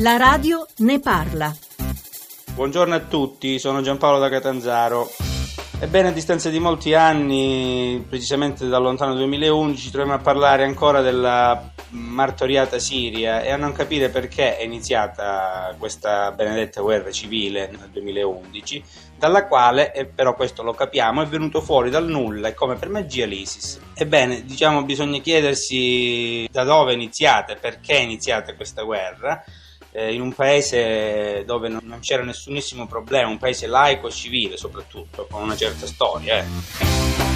La radio ne parla. Buongiorno a tutti, sono Giampaolo da Catanzaro. Ebbene, a distanza di molti anni, precisamente dal lontano 2011, ci troviamo a parlare ancora della martoriata Siria e a non capire perché è iniziata questa benedetta guerra civile nel 2011, dalla quale, e però questo lo capiamo, è venuto fuori dal nulla e come per magia l'ISIS. Ebbene, bisogna chiedersi da dove è iniziata e perché è iniziata questa guerra, in un paese dove non c'era nessunissimo problema, un paese laico e civile soprattutto, con una certa storia.